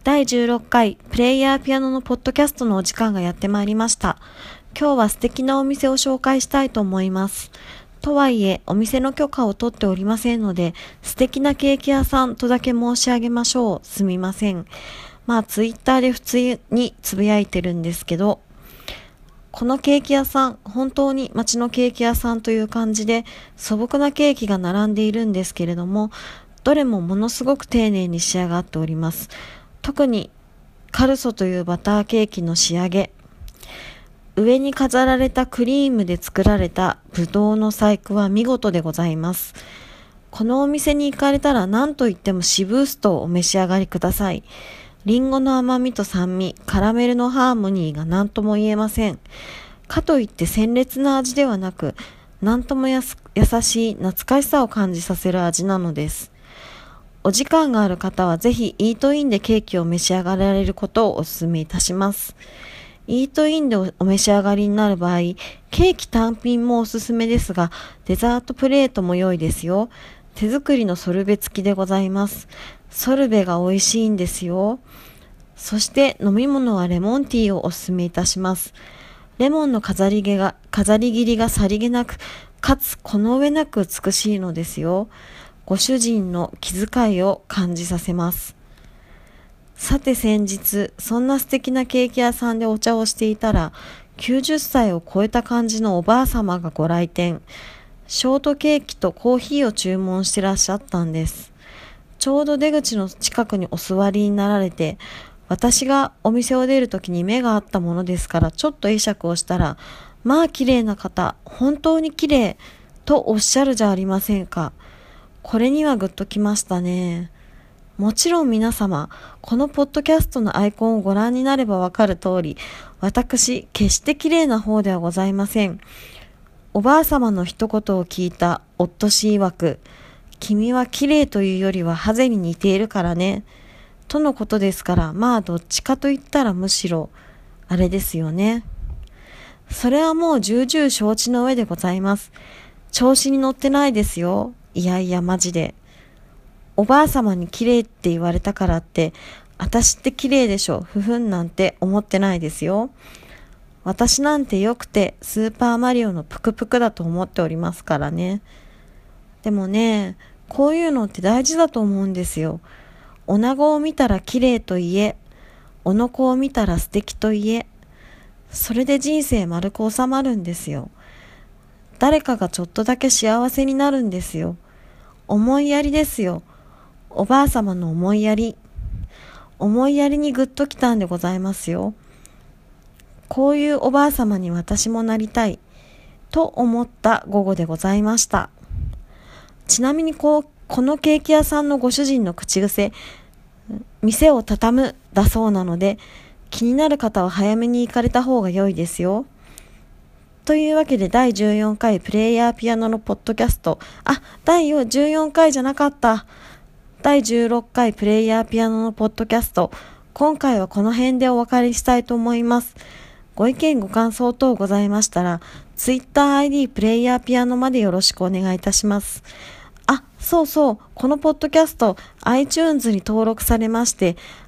第16回プレイヤーピアノのポッドキャストのお時間がやってまいりました。今日は素敵なお店を紹介したいと思います。とはいえ、お店の許可を取っておりませんので、素敵なケーキ屋さんとだけ申し上げましょう。すみません。ツイッターで普通につぶやいてるんですけど、このケーキ屋さん、本当に街のケーキ屋さんという感じで素朴なケーキが並んでいるんですけれども、どれもものすごく丁寧に仕上がっております。特にカルソというバターケーキの仕上げ、上に飾られたクリームで作られたブドウの細工は見事でございます。このお店に行かれたら何と言ってもシブーストをお召し上がりください。リンゴの甘みと酸味、カラメルのハーモニーが何とも言えません。かといって鮮烈な味ではなく、何とも優しい懐かしさを感じさせる味なのです。お時間がある方はぜひイートインでケーキを召し上がられることをお勧めいたします。イートインでお召し上がりになる場合、ケーキ単品もおすすめですが、デザートプレートも良いですよ。手作りのソルベ付きでございます。ソルベが美味しいんですよ。そして飲み物はレモンティーをお勧めいたします。レモンの飾り切りがさりげなく、かつこの上なく美しいのですよ。ご主人の気遣いを感じさせます。さて先日、そんな素敵なケーキ屋さんでお茶をしていたら、90歳を超えた感じのおばあ様がご来店。ショートケーキとコーヒーを注文してらっしゃったんです。ちょうど出口の近くにお座りになられて、私がお店を出るときに目があったものですからちょっと会釈をしたら、まあ綺麗な方、本当に綺麗とおっしゃるじゃありませんか。これにはグッときましたね。もちろん皆様、このポッドキャストのアイコンをご覧になればわかる通り、私、決して綺麗な方ではございません。おばあ様の一言を聞いた夫氏曰く、君は綺麗というよりはハゼに似ているからね、とのことですから、どっちかと言ったらむしろ、あれですよね。それはもう重々承知の上でございます。調子に乗ってないですよ。いやいやマジで。おばあ様に綺麗って言われたからって、私って綺麗でしょ、ふふんなんて思ってないですよ。私なんてよくてスーパーマリオのプクプクだと思っておりますからね。でもね、こういうのって大事だと思うんですよ。女子を見たら綺麗と言え、おの子を見たら素敵と言え、それで人生丸く収まるんですよ。誰かがちょっとだけ幸せになるんですよ。思いやりですよ。おばあ様の思いやり。思いやりにグッときたんでございますよ。こういうおばあ様に私もなりたいと思った午後でございました。ちなみにこのケーキ屋さんのご主人の口癖、店を畳むだそうなので、気になる方は早めに行かれた方が良いですよ。というわけで第14回プレイヤーピアノのポッドキャスト、第14回じゃなかった。第16回プレイヤーピアノのポッドキャスト、今回はこの辺でお別れしたいと思います。ご意見ご感想等ございましたら、Twitter ID プレイヤーピアノまでよろしくお願いいたします。そう、このポッドキャスト、iTunes に登録されまして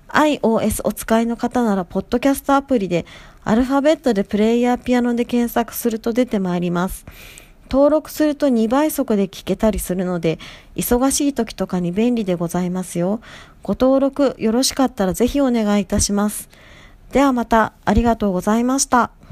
、iOS お使いの方なら、ポッドキャストアプリで、アルファベットでプレイヤーピアノで検索すると出てまいります。登録すると2倍速で聞けたりするので、忙しい時とかに便利でございますよ。ご登録よろしかったらぜひお願いいたします。ではまた、ありがとうございました。